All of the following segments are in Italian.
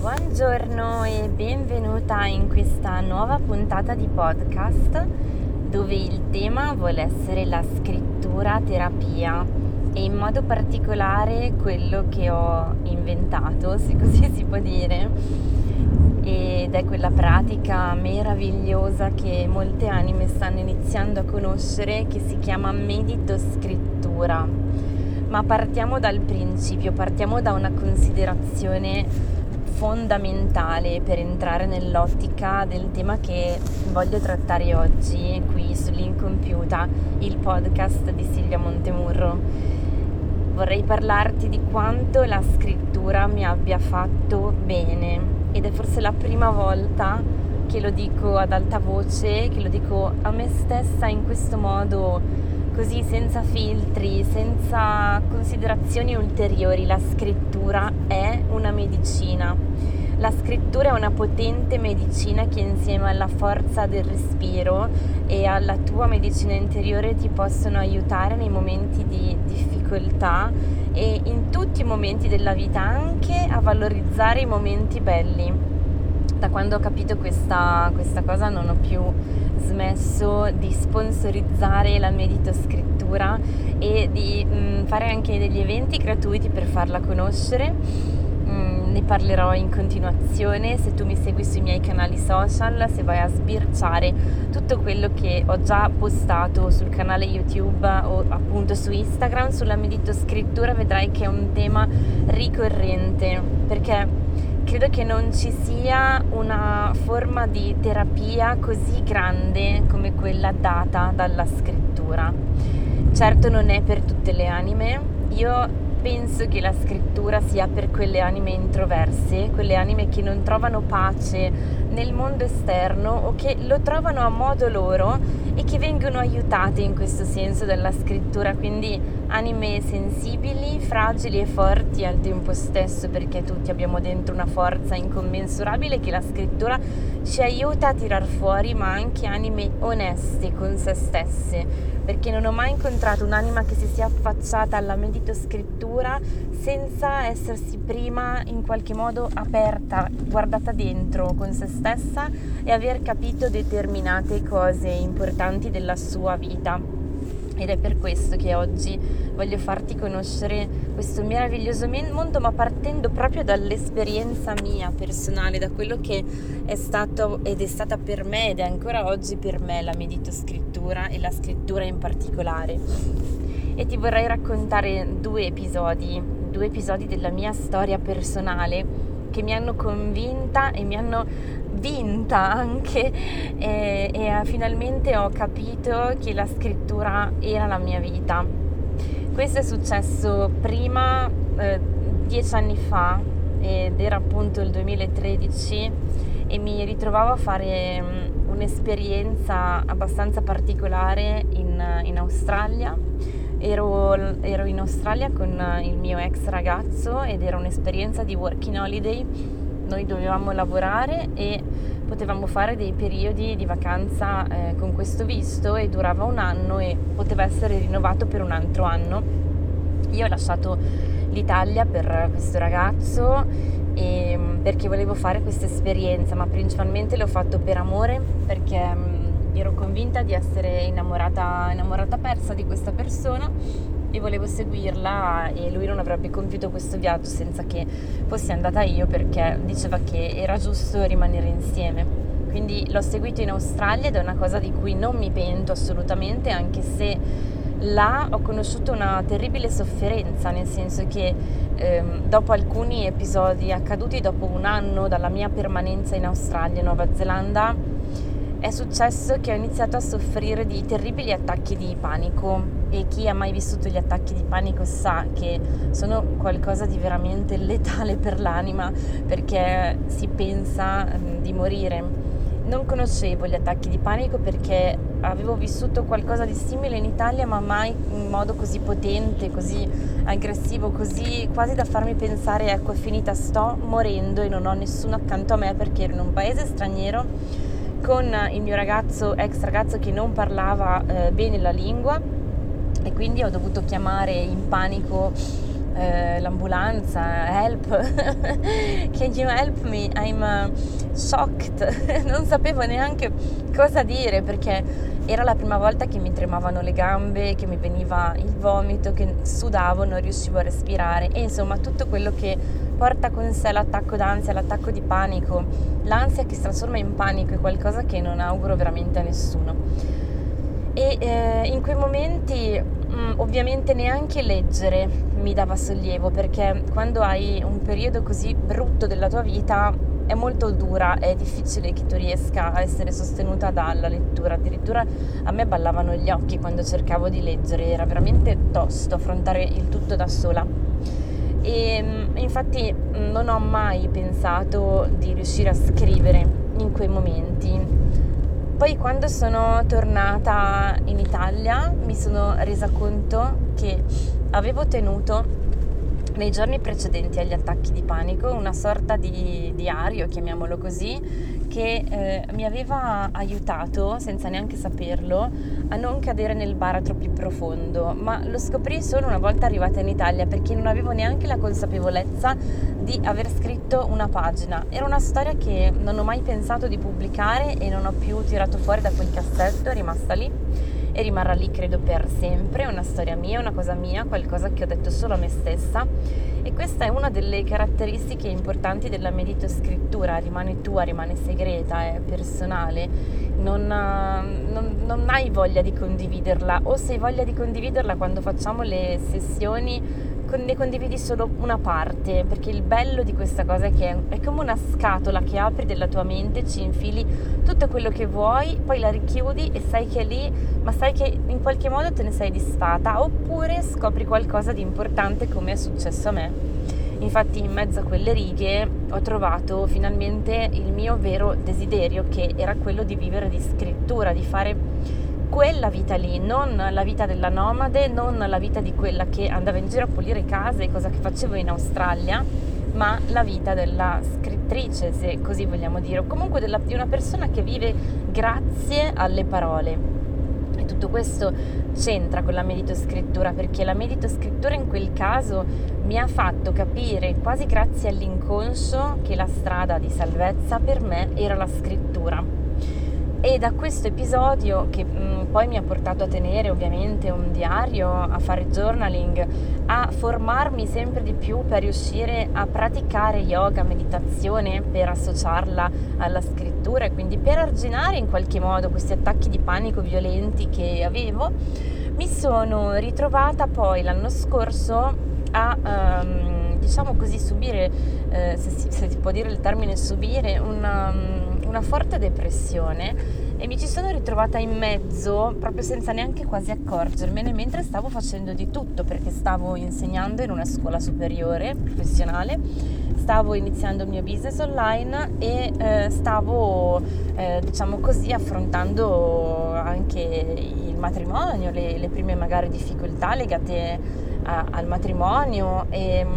Buongiorno e benvenuta in questa nuova puntata di podcast dove il tema vuole essere la scrittura terapia e in modo particolare quello che ho inventato, se così si può dire, ed è quella pratica meravigliosa che molte anime stanno iniziando a conoscere, che si chiama medito scrittura. Ma partiamo dal principio, partiamo da una considerazione fondamentale per entrare nell'ottica del tema che voglio trattare oggi qui sull'Incompiuta, il podcast di Silvia Montemurro. Vorrei parlarti di quanto la scrittura mi abbia fatto bene ed è forse la prima volta che lo dico ad alta voce, che lo dico a me stessa in questo modo, così senza filtri, senza considerazioni ulteriori. La scrittura è una medicina. La scrittura è una potente medicina che insieme alla forza del respiro e alla tua medicina interiore ti possono aiutare nei momenti di difficoltà e in tutti i momenti della vita, anche a valorizzare i momenti belli. Da quando ho capito questa cosa non ho più smesso di sponsorizzare la medito scrittura e di fare anche degli eventi gratuiti per farla conoscere. Ne parlerò in continuazione. Se tu mi segui sui miei canali social, se vai a sbirciare tutto quello che ho già postato sul canale YouTube o appunto su Instagram sulla medito scrittura, vedrai che è un tema ricorrente, perché credo che non ci sia una forma di terapia così grande come quella data dalla scrittura. Certo non è per tutte le anime. Io penso che la scrittura sia per quelle anime introverse, quelle anime che non trovano pace nel mondo esterno o che lo trovano a modo loro e che vengono aiutate in questo senso dalla scrittura, quindi anime sensibili, fragili e forti al tempo stesso, perché tutti abbiamo dentro una forza incommensurabile che la scrittura ci aiuta a tirar fuori, ma anche anime oneste con se stesse, perché non ho mai incontrato un'anima che si sia affacciata alla medito scrittura senza essersi prima in qualche modo aperta, guardata dentro con se stessa e aver capito determinate cose importanti della sua vita. Ed è per questo che oggi voglio farti conoscere questo meraviglioso mondo, ma partendo proprio dall'esperienza mia personale, da quello che è stato ed è stata per me ed è ancora oggi per me la medito scrittura e la scrittura in particolare. E ti vorrei raccontare due episodi della mia storia personale che mi hanno convinta e mi hanno vinta anche e finalmente ho capito che la scrittura era la mia vita. Questo è successo prima 10 anni fa ed era appunto il 2013 e mi ritrovavo a fare un'esperienza abbastanza particolare in Australia. Ero in Australia con il mio ex ragazzo ed era un'esperienza di working holiday. Noi dovevamo lavorare e potevamo fare dei periodi di vacanza con questo visto e durava 1 anno e poteva essere rinnovato per un altro anno. Io ho lasciato l'Italia per questo ragazzo perché volevo fare questa esperienza, ma principalmente l'ho fatto per amore, perché ero convinta di essere innamorata persa di questa persona e volevo seguirla e lui non avrebbe compiuto questo viaggio senza che fossi andata io, perché diceva che era giusto rimanere insieme. Quindi l'ho seguito in Australia ed è una cosa di cui non mi pento assolutamente, anche se là ho conosciuto una terribile sofferenza, nel senso che dopo alcuni episodi accaduti dopo 1 anno dalla mia permanenza in Australia e Nuova Zelanda, è successo che ho iniziato a soffrire di terribili attacchi di panico, e chi ha mai vissuto gli attacchi di panico sa che sono qualcosa di veramente letale per l'anima, perché si pensa di morire. Non conoscevo gli attacchi di panico perché avevo vissuto qualcosa di simile in Italia, ma mai in modo così potente, così aggressivo, così quasi da farmi pensare ecco è finita, sto morendo e non ho nessuno accanto a me, perché ero in un paese straniero con il mio ex ragazzo che non parlava bene la lingua e quindi ho dovuto chiamare in panico l'ambulanza, help, can you help me, I'm shocked, non sapevo neanche cosa dire perché era la prima volta che mi tremavano le gambe, che mi veniva il vomito, che sudavo, non riuscivo a respirare e insomma tutto quello che porta con sé l'attacco d'ansia, l'attacco di panico, l'ansia che si trasforma in panico è qualcosa che non auguro veramente a nessuno. E in quei momenti ovviamente neanche leggere mi dava sollievo, perché quando hai un periodo così brutto della tua vita è molto dura, è difficile che tu riesca a essere sostenuta dalla lettura. Addirittura a me ballavano gli occhi quando cercavo di leggere, era veramente tosto affrontare il tutto da sola. E infatti non ho mai pensato di riuscire a scrivere in quei momenti. Poi quando sono tornata in Italia mi sono resa conto che avevo tenuto nei giorni precedenti agli attacchi di panico una sorta di diario, chiamiamolo così, che mi aveva aiutato, senza neanche saperlo, a non cadere nel baratro più profondo, ma lo scoprì solo una volta arrivata in Italia, perché non avevo neanche la consapevolezza di aver scritto una pagina. Era una storia che non ho mai pensato di pubblicare e non ho più tirato fuori da quel cassetto, è rimasta lì e rimarrà lì credo per sempre, è una storia mia, una cosa mia, qualcosa che ho detto solo a me stessa, e questa è una delle caratteristiche importanti della meditoscrittura, rimane tua, rimane segreta, è personale, non hai voglia di condividerla, o se hai voglia di condividerla quando facciamo le sessioni ne condividi solo una parte, perché il bello di questa cosa è che è come una scatola che apri della tua mente, ci infili tutto quello che vuoi, poi la richiudi e sai che è lì, ma sai che in qualche modo te ne sei disfata, oppure scopri qualcosa di importante come è successo a me. Infatti in mezzo a quelle righe ho trovato finalmente il mio vero desiderio, che era quello di vivere di scrittura, di fare quella vita lì, non la vita della nomade, non la vita di quella che andava in giro a pulire case, cosa che facevo in Australia, ma la vita della scrittrice, se così vogliamo dire, o comunque di una persona che vive grazie alle parole. E tutto questo c'entra con la meditoscrittura, perché la meditoscrittura in quel caso mi ha fatto capire, quasi grazie all'inconscio, che la strada di salvezza per me era la scrittura. E da questo episodio, che poi mi ha portato a tenere ovviamente un diario, a fare journaling, a formarmi sempre di più per riuscire a praticare yoga, meditazione, per associarla alla scrittura e quindi per arginare in qualche modo questi attacchi di panico violenti che avevo, mi sono ritrovata poi l'anno scorso a diciamo così subire, se si può dire il termine subire, una forte depressione, e mi ci sono ritrovata in mezzo proprio senza neanche quasi accorgermene, mentre stavo facendo di tutto, perché stavo insegnando in una scuola superiore professionale, stavo iniziando il mio business online e stavo diciamo così affrontando anche il matrimonio, le prime magari difficoltà legate al matrimonio, e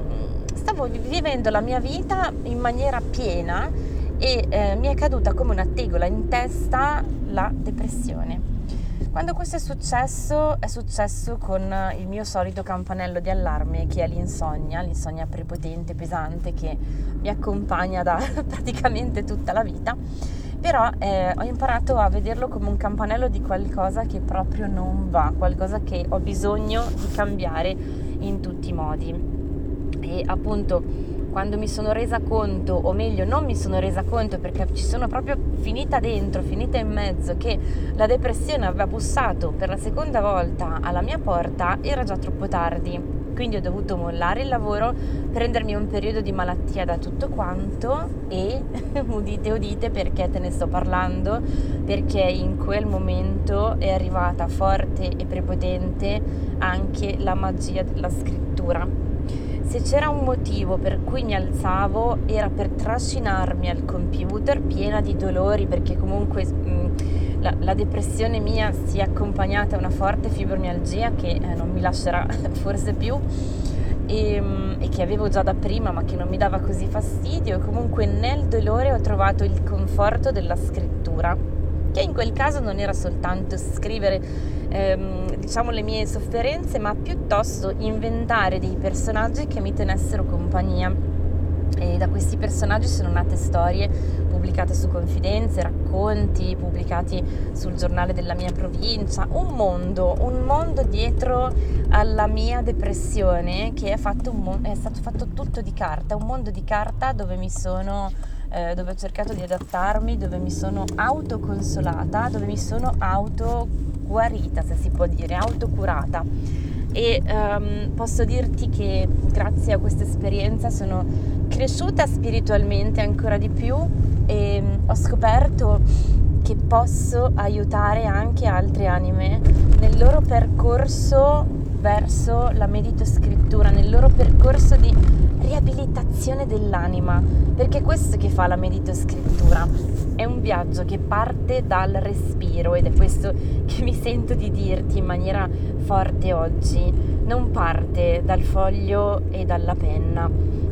stavo vivendo la mia vita in maniera piena e mi è caduta come una tegola in testa la depressione. Quando questo è successo con il mio solito campanello di allarme, che è l'insonnia prepotente, pesante, che mi accompagna da praticamente tutta la vita. Però ho imparato a vederlo come un campanello di qualcosa che proprio non va, qualcosa che ho bisogno di cambiare in tutti i modi. E appunto quando mi sono resa conto, o meglio non mi sono resa conto perché ci sono proprio finita dentro, finita in mezzo, che la depressione aveva bussato per la seconda volta alla mia porta, era già troppo tardi. Quindi ho dovuto mollare il lavoro, prendermi un periodo di malattia da tutto quanto e, udite perché te ne sto parlando, perché in quel momento è arrivata forte e prepotente anche la magia della scrittura. Se c'era un motivo per cui mi alzavo era per trascinarmi al computer piena di dolori, perché comunque la depressione mia si è accompagnata a una forte fibromialgia che non mi lascerà forse più, e che avevo già da prima ma che non mi dava così fastidio, e comunque nel dolore ho trovato il conforto della scrittura. che in quel caso non era soltanto scrivere diciamo le mie sofferenze, ma piuttosto inventare dei personaggi che mi tenessero compagnia. E da questi personaggi sono nate storie pubblicate su Confidenze, racconti pubblicati sul giornale della mia provincia, un mondo dietro alla mia depressione che è stato fatto tutto di carta, un mondo di carta dove dove ho cercato di adattarmi, dove mi sono autoconsolata, dove mi sono autoguarita, se si può dire, autocurata. E posso dirti che grazie a questa esperienza sono cresciuta spiritualmente ancora di più e ho scoperto che posso aiutare anche altre anime nel loro percorso verso la meditoscrittura, nel loro percorso di riabilitazione dell'anima, perché è questo che fa la meditoscrittura, è un viaggio che parte dal respiro ed è questo che mi sento di dirti in maniera forte oggi, non parte dal foglio e dalla penna,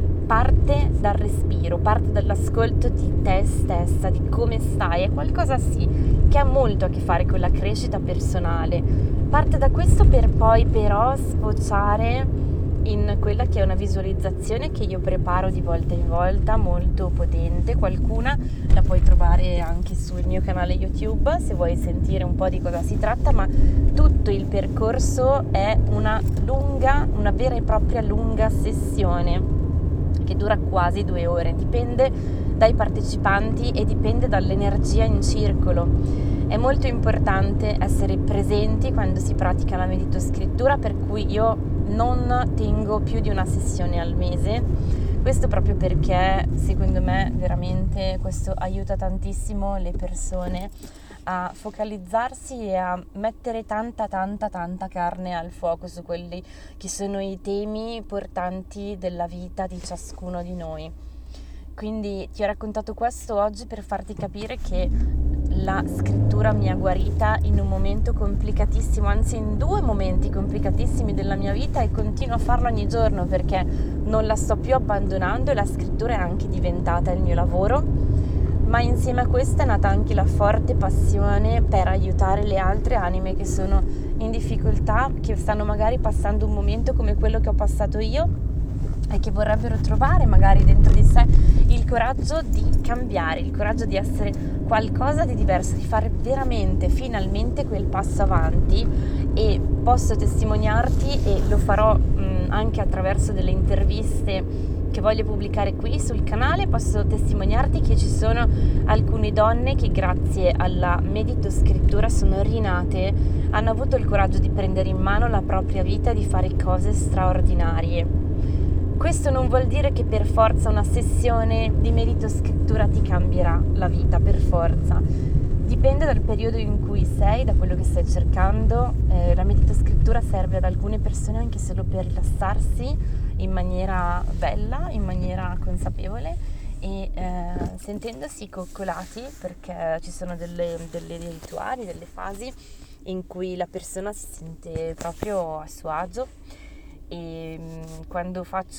parte dal respiro, parte dall'ascolto di te stessa, di come stai, è qualcosa sì che ha molto a che fare con la crescita personale, parte da questo per poi però sfociare in quella che è una visualizzazione che io preparo di volta in volta, molto potente. Qualcuna la puoi trovare anche sul mio canale YouTube se vuoi sentire un po' di cosa si tratta, ma tutto il percorso è una vera e propria lunga sessione che dura quasi 2 ore, dipende dai partecipanti e dipende dall'energia in circolo. È molto importante essere presenti quando si pratica la meditoscrittura, per cui io non tengo più di una sessione al mese, questo proprio perché secondo me veramente questo aiuta tantissimo le persone a focalizzarsi e a mettere tanta carne al fuoco su quelli che sono i temi portanti della vita di ciascuno di noi. Quindi ti ho raccontato questo oggi per farti capire che la scrittura mi ha guarita in un momento complicatissimo, anzi in 2 momenti complicatissimi della mia vita, e continuo a farlo ogni giorno perché non la sto più abbandonando e la scrittura è anche diventata il mio lavoro, ma insieme a questa è nata anche la forte passione per aiutare le altre anime che sono in difficoltà, che stanno magari passando un momento come quello che ho passato io e che vorrebbero trovare magari dentro di sé il coraggio di cambiare, il coraggio di essere qualcosa di diverso, di fare veramente, finalmente quel passo avanti. E posso testimoniarti, e lo farò anche attraverso delle interviste che voglio pubblicare qui sul canale, posso testimoniarti che ci sono alcune donne che grazie alla meditoscrittura sono rinate, hanno avuto il coraggio di prendere in mano la propria vita e di fare cose straordinarie. Questo non vuol dire che per forza una sessione di meditoscrittura ti cambierà la vita, per forza. Dipende dal periodo in cui sei, da quello che stai cercando. La meditoscrittura serve ad alcune persone anche solo per rilassarsi in maniera bella, in maniera consapevole e sentendosi coccolati, perché ci sono delle rituali, delle fasi in cui la persona si sente proprio a suo agio. E quando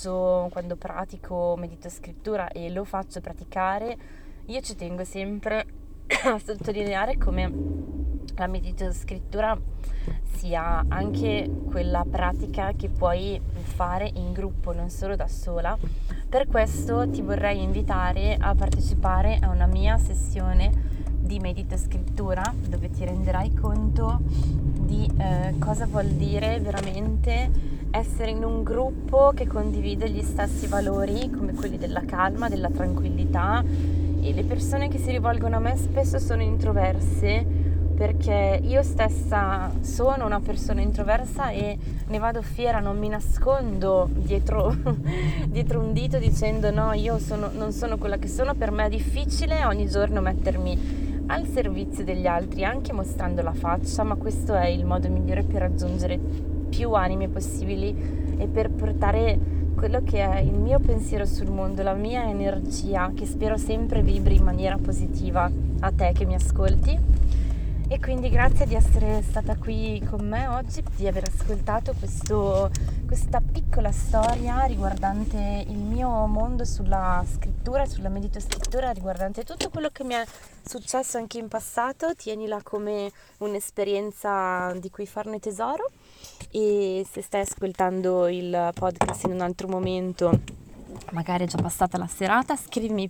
pratico meditoscrittura e lo faccio praticare, io ci tengo sempre a sottolineare come la meditoscrittura sia anche quella pratica che puoi fare in gruppo, non solo da sola. Per questo ti vorrei invitare a partecipare a una mia sessione di meditoscrittura dove ti renderai conto di cosa vuol dire veramente essere in un gruppo che condivide gli stessi valori come quelli della calma, della tranquillità. E le persone che si rivolgono a me spesso sono introverse, perché io stessa sono una persona introversa e ne vado fiera, non mi nascondo dietro un dito dicendo no, non sono quella che sono. Per me è difficile ogni giorno mettermi al servizio degli altri, anche mostrando la faccia, ma questo è il modo migliore per raggiungere più anime possibili e per portare quello che è il mio pensiero sul mondo, la mia energia, che spero sempre vibri in maniera positiva a te che mi ascolti. E quindi grazie di essere stata qui con me oggi, di aver ascoltato questo questa piccola storia riguardante il mio mondo sulla scrittura, sulla meditoscrittura, riguardante tutto quello che mi è successo anche in passato. Tienila come un'esperienza di cui farne tesoro, e se stai ascoltando il podcast in un altro momento, magari è già passata la serata, scrivimi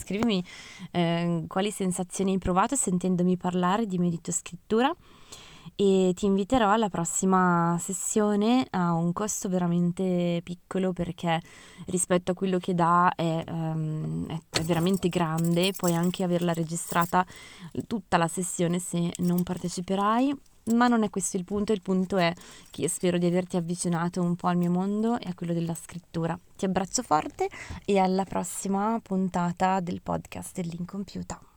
quali sensazioni hai provato sentendomi parlare di meditoscrittura, e ti inviterò alla prossima sessione a un costo veramente piccolo, perché rispetto a quello che dà è veramente grande. Puoi anche averla registrata tutta la sessione se non parteciperai, ma non è questo il punto è che io spero di averti avvicinato un po' al mio mondo e a quello della scrittura. Ti abbraccio forte e alla prossima puntata del podcast dell'Incompiuta.